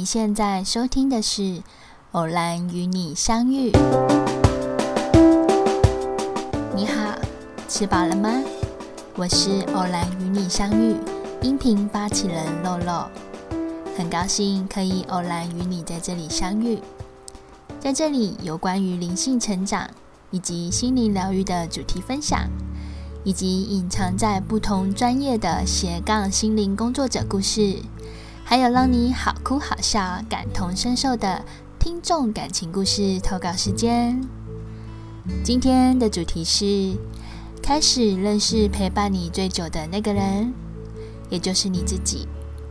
现在收听的是《偶然与你相遇》。你好，吃饱了吗？我是偶然与你相遇音频发起人肉肉，很高兴可以偶然与你在这里相遇。在这里有关于灵性成长以及心灵疗愈的主题分享，以及隐藏在不同专业的斜杠心灵工作者故事，还有让你好哭好笑、感同身受的听众感情故事投稿时间。今天的主题是开始认识陪伴你最久的那个人，也就是你自己。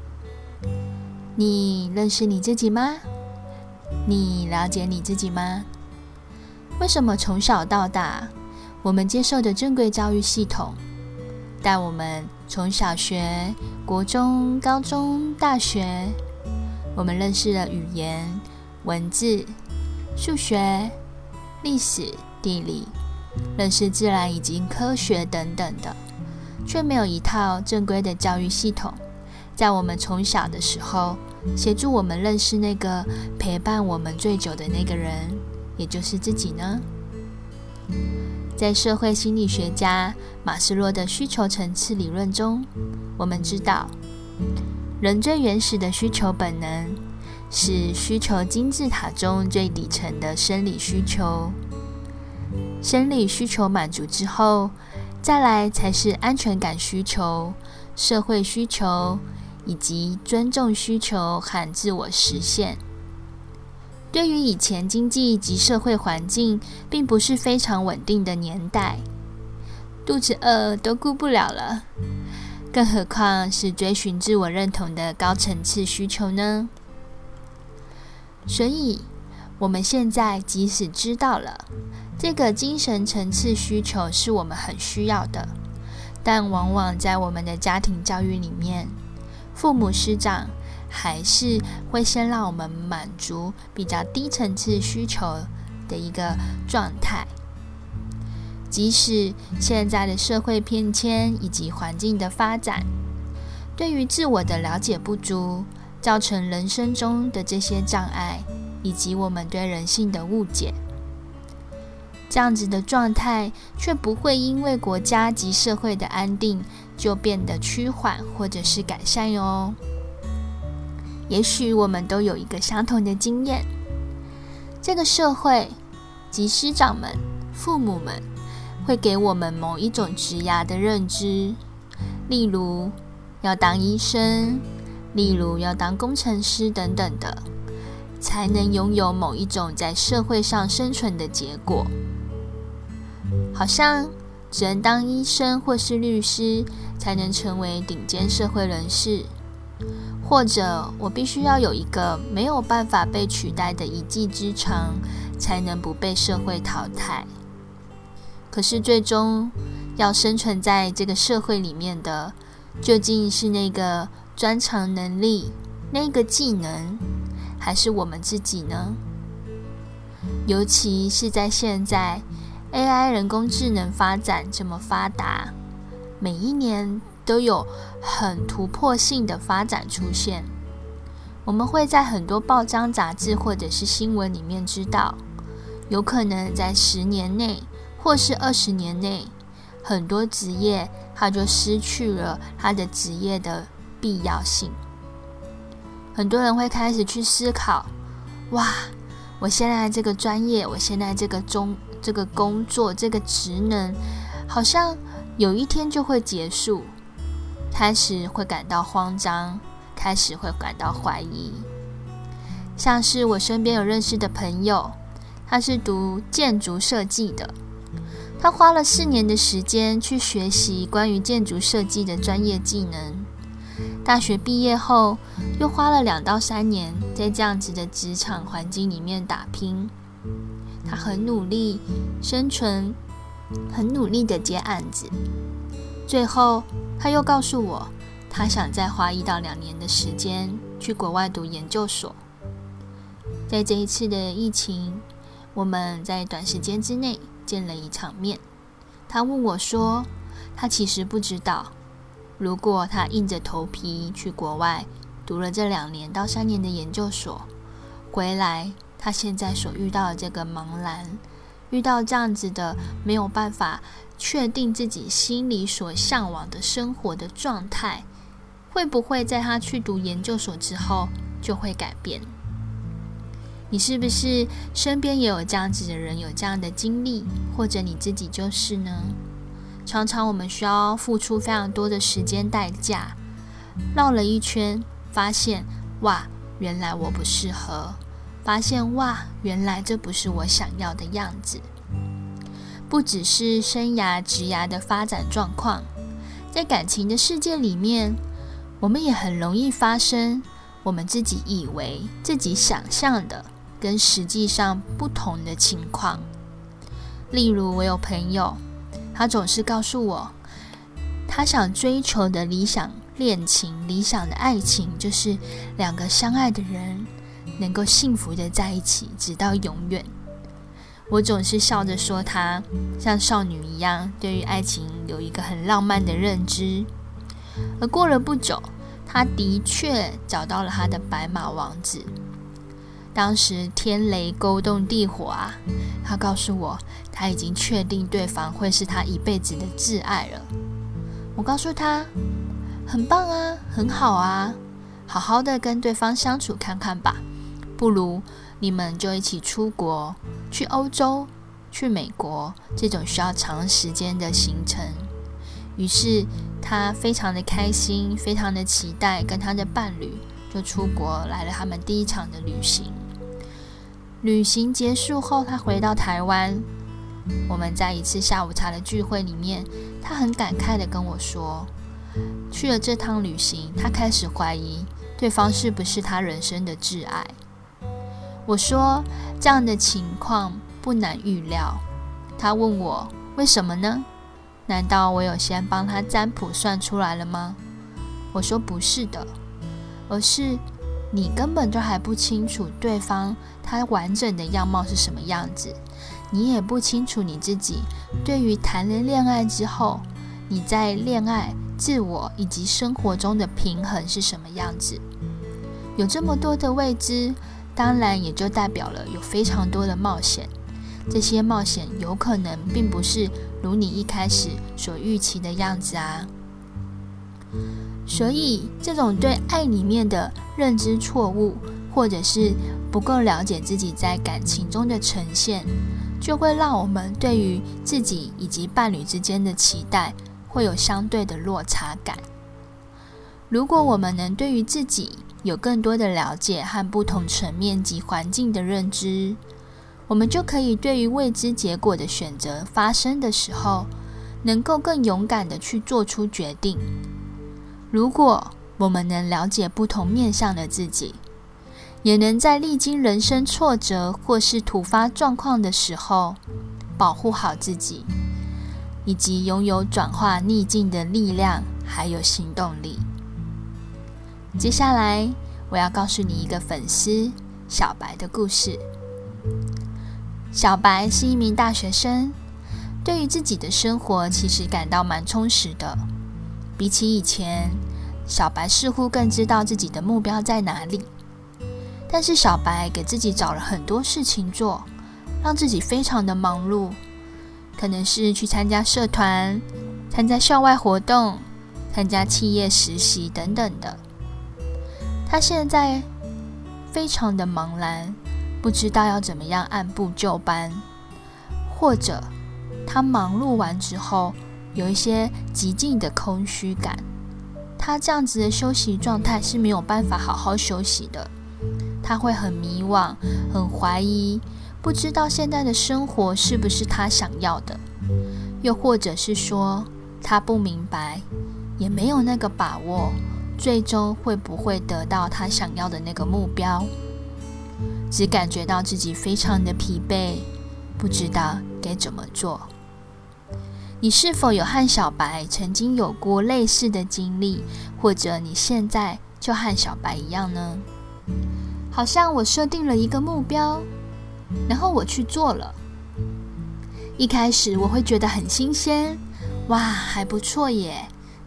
你认识你自己吗？你了解你自己吗？为什么从小到大，我们接受的正规教育系统带我们从小学、国中、高中、大学，我们认识了语言、文字、数学、历史、地理，认识自然以及科学等等的，却没有一套正规的教育系统，在我们从小的时候协助我们认识那个陪伴我们最久的那个人，也就是自己呢？在社会心理学家马斯洛的需求层次理论中，我们知道，人最原始的需求本能是需求金字塔中最底层的生理需求。生理需求满足之后，再来才是安全感需求、社会需求以及尊重需求和自我实现。对于以前经济及社会环境并不是非常稳定的年代，肚子饿都顾不了了，更何况是追寻自我认同的高层次需求呢？所以，我们现在即使知道了这个精神层次需求是我们很需要的，但往往在我们的家庭教育里面，父母师长还是会先让我们满足比较低层次需求的一个状态。即使现在的社会变迁以及环境的发展，对于自我的了解不足，造成人生中的这些障碍，以及我们对人性的误解。这样子的状态却不会因为国家及社会的安定就变得趋缓或者是改善哟。也许我们都有一个相同的经验，这个社会及师长们、父母们会给我们某一种职涯的认知，例如要当医生，例如要当工程师等等的，才能拥有某一种在社会上生存的结果。好像只能当医生或是律师才能成为顶尖社会人士，或者我必须要有一个没有办法被取代的一技之长，才能不被社会淘汰。可是最终要生存在这个社会里面的，究竟是那个专长能力、那个技能，还是我们自己呢？尤其是在现在 AI 人工智能发展这么发达，每一年都有很突破性的发展出现。我们会在很多报章杂志或者是新闻里面知道，有可能在10年内或是20年内，很多职业它就失去了它的职业的必要性。很多人会开始去思考，哇，我现在这个专业，我现在这个工作，这个职能，好像有一天就会结束，开始会感到慌张，开始会感到怀疑。像是我身边有认识的朋友，他是读建筑设计的，他花了4年的时间去学习关于建筑设计的专业技能。大学毕业后，又花了2到3年在这样子的职场环境里面打拼。他很努力生存，很努力的接案子。最后，他又告诉我，他想再花1到2年的时间去国外读研究所。在这一次的疫情，我们在短时间之内见了一场面。他问我说，他其实不知道，如果他硬着头皮去国外读了这2年到3年的研究所，回来他现在所遇到的这个茫然，遇到这样子的没有办法确定自己心里所向往的生活的状态，会不会在他去读研究所之后就会改变？你是不是身边也有这样子的人，有这样的经历，或者你自己就是呢？常常我们需要付出非常多的时间代价，绕了一圈，发现哇，原来我不适合，发现哇，原来这不是我想要的样子。不只是生涯职涯的发展状况，在感情的世界里面，我们也很容易发生我们自己以为自己想象的跟实际上不同的情况。例如我有朋友，他总是告诉我，他想追求的理想恋情、理想的爱情，就是2个相爱的人能够幸福的在一起，直到永远。我总是笑着说他像少女一样，对于爱情有一个很浪漫的认知。而过了不久，他的确找到了他的白马王子。当时天雷勾动地火啊，他告诉我他已经确定对方会是他一辈子的挚爱了。我告诉他，很棒啊，很好啊，好好的跟对方相处看看吧，不如你们就一起出国，去欧洲，去美国，这种需要长时间的行程。于是他非常的开心，非常的期待，跟他的伴侣就出国来了他们第一场的旅行。旅行结束后，他回到台湾，我们在一次下午茶的聚会里面，他很感慨的跟我说，去了这趟旅行，他开始怀疑对方是不是他人生的挚爱。我说这样的情况不难预料。他问我为什么呢？难道我有先帮他占卜算出来了吗？我说不是的，而是你根本就还不清楚对方他完整的样貌是什么样子，你也不清楚你自己对于谈了恋爱之后，你在恋爱、自我以及生活中的平衡是什么样子。有这么多的未知，当然也就代表了有非常多的冒险。这些冒险有可能并不是如你一开始所预期的样子啊。所以这种对爱里面的认知错误，或者是不够了解自己在感情中的呈现，就会让我们对于自己以及伴侣之间的期待会有相对的落差感。如果我们能对于自己有更多的了解和不同层面及环境的认知，我们就可以对于未知结果的选择发生的时候，能够更勇敢地去做出决定。如果我们能了解不同面向的自己，也能在历经人生挫折或是突发状况的时候，保护好自己，以及拥有转化逆境的力量还有行动力。接下来我要告诉你一个粉丝小白的故事。小白是一名大学生，对于自己的生活其实感到蛮充实的。比起以前，小白似乎更知道自己的目标在哪里。但是小白给自己找了很多事情做，让自己非常的忙碌，可能是去参加社团、参加校外活动、参加企业实习等等的。他现在非常的茫然，不知道要怎么样按部就班，或者他忙碌完之后有一些极尽的空虚感，他这样子的休息状态是没有办法好好休息的。他会很迷惘，很怀疑，不知道现在的生活是不是他想要的，又或者是说他不明白，也没有那个把握，最终会不会得到他想要的那个目标，只感觉到自己非常的疲惫，不知道该怎么做。你是否有和小白曾经有过类似的经历，或者你现在就和小白一样呢？好像我设定了一个目标，然后我去做了。一开始我会觉得很新鲜，哇，还不错耶，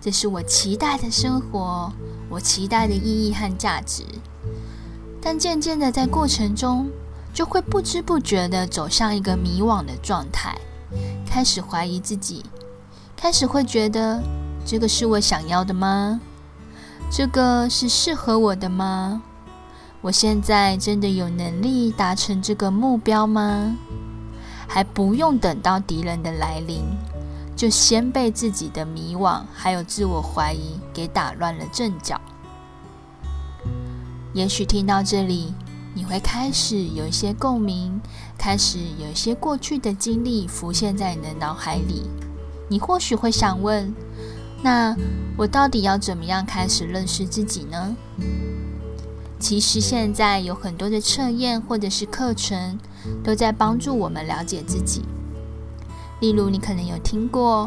这是我期待的生活，我期待的意义和价值。但渐渐的在过程中，就会不知不觉的走向一个迷惘的状态，开始怀疑自己，开始会觉得这个是我想要的吗？这个是适合我的吗？我现在真的有能力达成这个目标吗？还不用等到敌人的来临，就先被自己的迷惘还有自我怀疑给打乱了阵脚。也许听到这里，你会开始有一些共鸣，开始有一些过去的经历浮现在你的脑海里。你或许会想问，那我到底要怎么样开始认识自己呢？其实现在有很多的测验或者是课程都在帮助我们了解自己。例如你可能有听过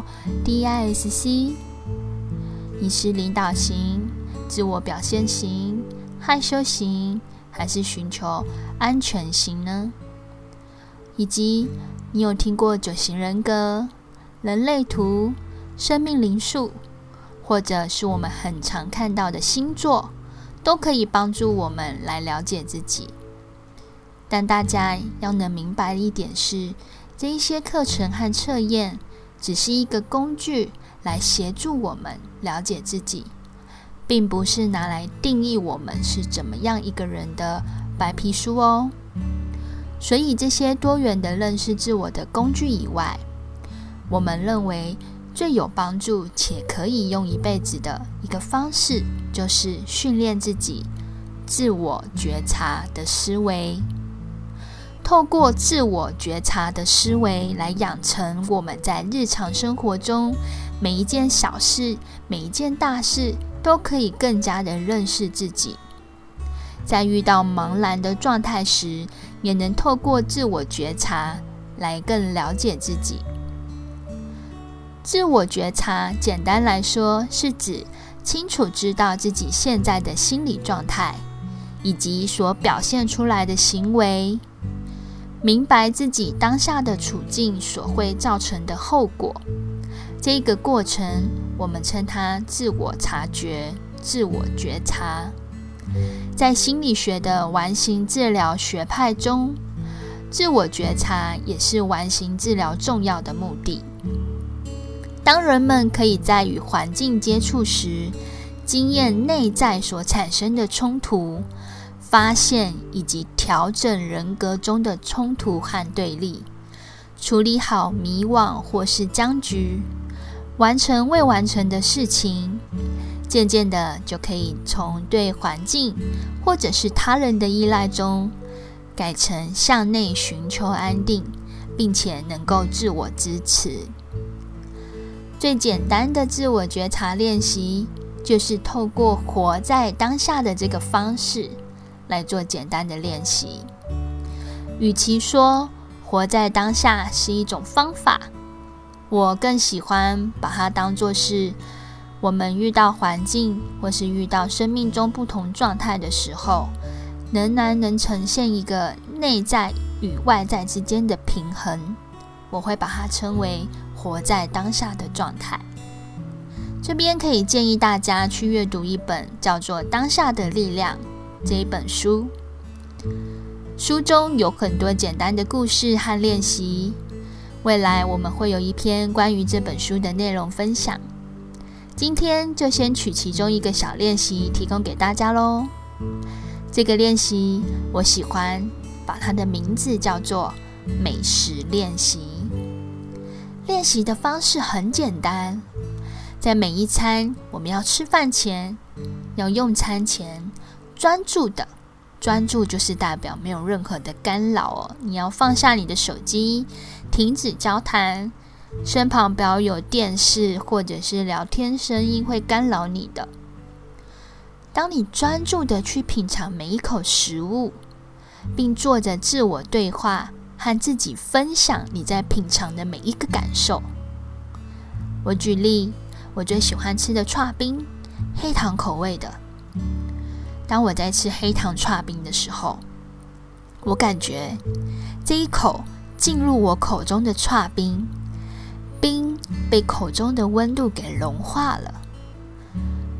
DISC， 你是领导型、自我表现型、害羞型，还是寻求安全型呢？以及你有听过9型人格、人类图、生命灵数，或者是我们很常看到的星座，都可以帮助我们来了解自己。但大家要能明白一点是，这一些课程和测验只是一个工具，来协助我们了解自己，并不是拿来定义我们是怎么样一个人的白皮书哦。所以这些多元的认识自我的工具以外，我们认为最有帮助且可以用一辈子的一个方式，就是训练自己自我觉察的思维。透过自我觉察的思维来养成我们在日常生活中每一件小事、每一件大事都可以更加的认识自己。在遇到茫然的状态时，也能透过自我觉察来更了解自己。自我觉察简单来说，是指清楚知道自己现在的心理状态，以及所表现出来的行为，明白自己当下的处境所会造成的后果。这个过程，我们称它自我察觉、自我觉察。在心理学的完形治疗学派中，自我觉察也是完形治疗重要的目的。当人们可以在与环境接触时，经验内在所产生的冲突，发现以及调整人格中的冲突和对立，处理好迷惘或是僵局，完成未完成的事情，渐渐的就可以从对环境或者是他人的依赖中，改成向内寻求安定，并且能够自我支持。最简单的自我觉察练习，就是透过活在当下的这个方式来做简单的练习。与其说活在当下是一种方法，我更喜欢把它当作是我们遇到环境或是遇到生命中不同状态的时候，仍然能呈现一个内在与外在之间的平衡。我会把它称为活在当下的状态。这边可以建议大家去阅读一本叫做《当下的力量》这一本书，书中有很多简单的故事和练习。未来我们会有一篇关于这本书的内容分享，今天就先取其中一个小练习提供给大家咯。这个练习我喜欢把它的名字叫做美食练习。练习的方式很简单，在每一餐我们要吃饭前、要用餐前，专注就是代表没有任何的干扰哦。你要放下你的手机，停止交谈，身旁不要有电视或者是聊天声音会干扰你的。当你专注的去品尝每一口食物，并做着自我对话，和自己分享你在品尝的每一个感受。我举例，我最喜欢吃的剉冰，黑糖口味的。当我在吃黑糖剉冰的时候，我感觉这一口进入我口中的剉冰，冰被口中的温度给融化了，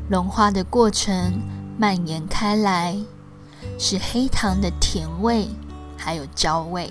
融化的过程蔓延开来，是黑糖的甜味还有焦味。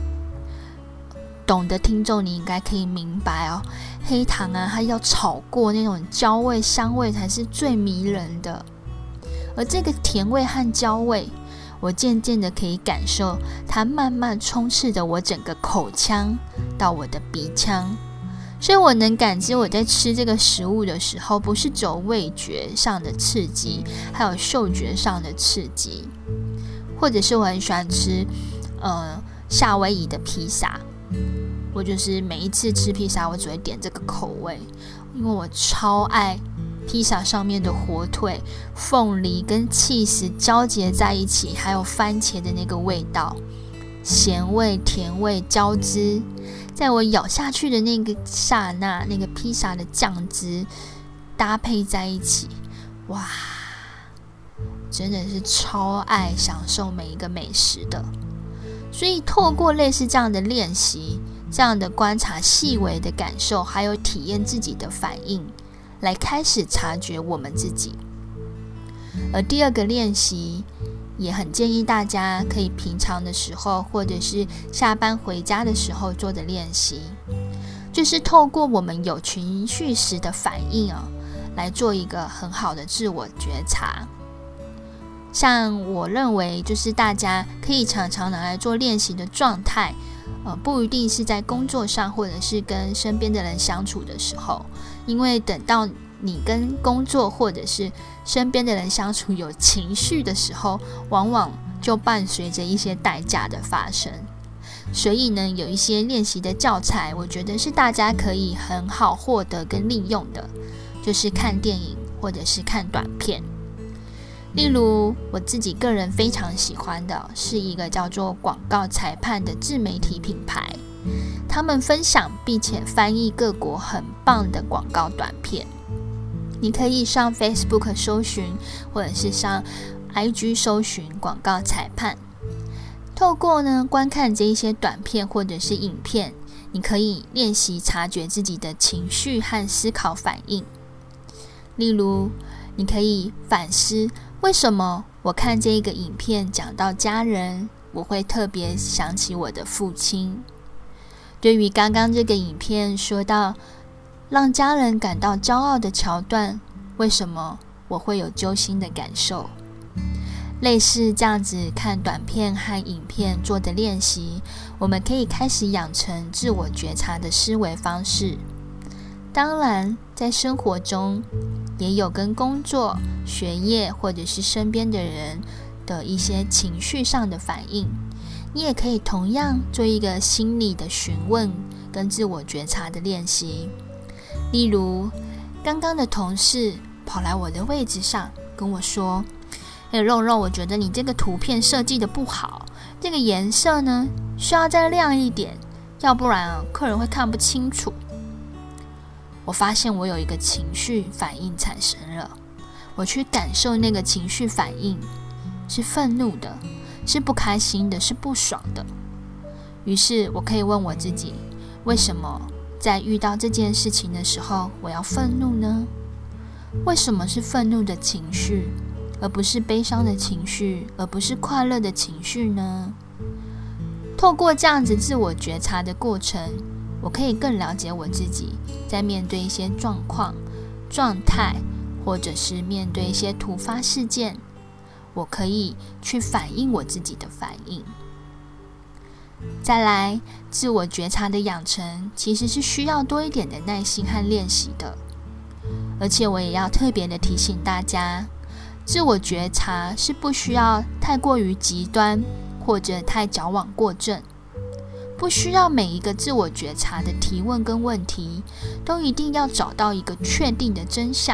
懂的听众你应该可以明白哦，黑糖啊，它要炒过那种焦味香味才是最迷人的。而这个甜味和焦味，我渐渐的可以感受它慢慢充斥着我整个口腔到我的鼻腔，所以我能感知我在吃这个食物的时候，不是只有味觉上的刺激，还有嗅觉上的刺激。或者是我很喜欢吃夏威夷的披萨，我就是每一次吃披萨我只会点这个口味，因为我超爱披萨上面的火腿、凤梨跟起司交结在一起，还有番茄的那个味道，咸味、甜味交织，在我咬下去的那个刹那，那个披萨的酱汁搭配在一起，哇，真的是超爱享受每一个美食的。所以透过类似这样的练习，这样的观察细微的感受，还有体验自己的反应，来开始察觉我们自己。而第二个练习也很建议大家可以平常的时候，或者是下班回家的时候做的练习，就是透过我们有情绪时的反应来做一个很好的自我觉察。像我认为就是大家可以常常拿来做练习的状态，不一定是在工作上或者是跟身边的人相处的时候，因为等到你跟工作或者是身边的人相处有情绪的时候，往往就伴随着一些代价的发生。所以呢，有一些练习的教材，我觉得是大家可以很好获得跟利用的，就是看电影或者是看短片。例如我自己个人非常喜欢的是一个叫做广告裁判的自媒体品牌，他们分享并且翻译各国很棒的广告短片。你可以上 Facebook 搜寻，或者是上 IG 搜寻广告裁判。透过呢观看这一些短片或者是影片，你可以练习察觉自己的情绪和思考反应。例如你可以反思，为什么我看这个影片讲到家人，我会特别想起我的父亲？对于刚刚这个影片说到让家人感到骄傲的桥段，为什么我会有揪心的感受？类似这样子看短片和影片做的练习，我们可以开始养成自我觉察的思维方式。当然在生活中也有跟工作、学业或者是身边的人的一些情绪上的反应，你也可以同样做一个心理的询问跟自我觉察的练习。例如刚刚的同事跑来我的位置上跟我说，肉肉，我觉得你这个图片设计的不好，这个颜色呢需要再亮一点，要不然客人会看不清楚。我发现我有一个情绪反应产生了，我去感受那个情绪反应，是愤怒的，是不开心的，是不爽的。于是我可以问我自己，为什么在遇到这件事情的时候我要愤怒呢？为什么是愤怒的情绪，而不是悲伤的情绪，而不是快乐的情绪呢？透过这样子自我觉察的过程，我可以更了解我自己，在面对一些状况、状态，或者是面对一些突发事件，我可以去反映我自己的反应。再来，自我觉察的养成其实是需要多一点的耐心和练习的。而且我也要特别的提醒大家，自我觉察是不需要太过于极端，或者太矫枉过正。不需要每一个自我觉察的提问跟问题都一定要找到一个确定的真相。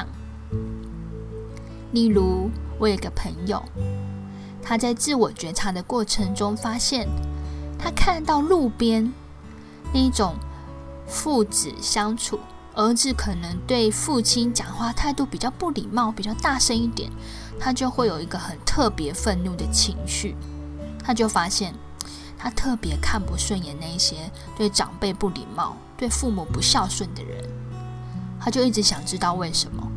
例如我有一个朋友，他在自我觉察的过程中发现，他看到路边那一种父子相处，儿子可能对父亲讲话态度比较不礼貌，比较大声一点，他就会有一个很特别愤怒的情绪。他就发现他特别看不顺眼那些对长辈不礼貌、对父母不孝顺的人，他就一直想知道为什么。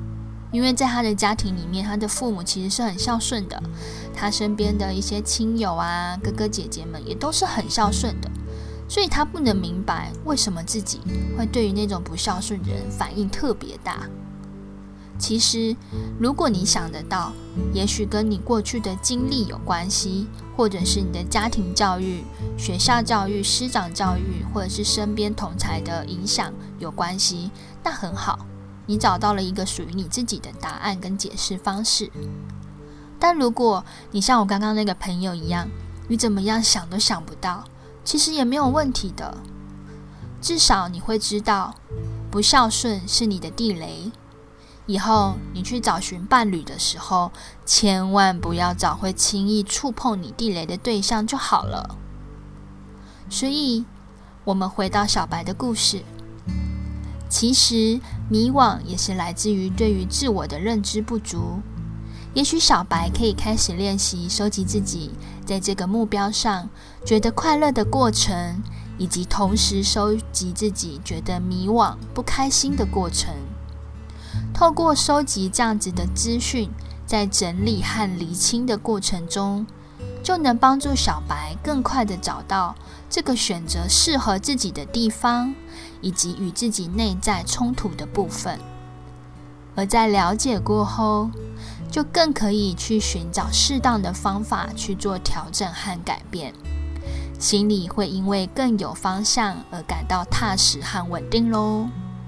因为在他的家庭里面，他的父母其实是很孝顺的，他身边的一些亲友啊、哥哥姐姐们也都是很孝顺的，所以他不能明白为什么自己会对于那种不孝顺的人反应特别大。其实如果你想得到，也许跟你过去的经历有关系，或者是你的家庭教育、学校教育、师长教育，或者是身边同侪的影响有关系，那很好，你找到了一个属于你自己的答案跟解释方式。但如果你像我刚刚那个朋友一样，你怎么样想都想不到，其实也没有问题的。至少你会知道，不孝顺是你的地雷，以后你去找寻伴侣的时候，千万不要找会轻易触碰你地雷的对象就好了。所以我们回到小白的故事，其实迷惘也是来自于对于自我的认知不足。也许小白可以开始练习收集自己在这个目标上觉得快乐的过程，以及同时收集自己觉得迷惘不开心的过程。透过收集这样子的资讯，在整理和厘清的过程中，就能帮助小白更快地找到这个选择适合自己的地方，以及与自己内在冲突的部分。而在了解过后，就更可以去寻找适当的方法去做调整和改变，心里会因为更有方向而感到踏实和稳定咯。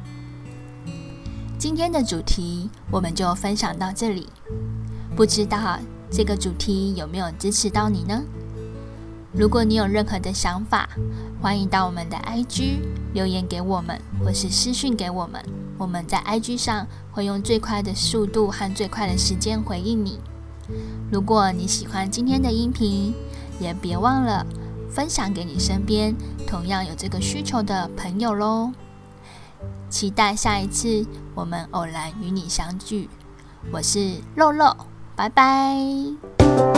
今天的主题我们就分享到这里，不知道这个主题有没有支持到你呢？如果你有任何的想法，欢迎到我们的 IG 留言给我们，或是私讯给我们，我们在 IG 上会用最快的速度和最快的时间回应你。如果你喜欢今天的音频，也别忘了分享给你身边同样有这个需求的朋友咯。期待下一次我们偶然与你相聚，我是肉肉，拜拜。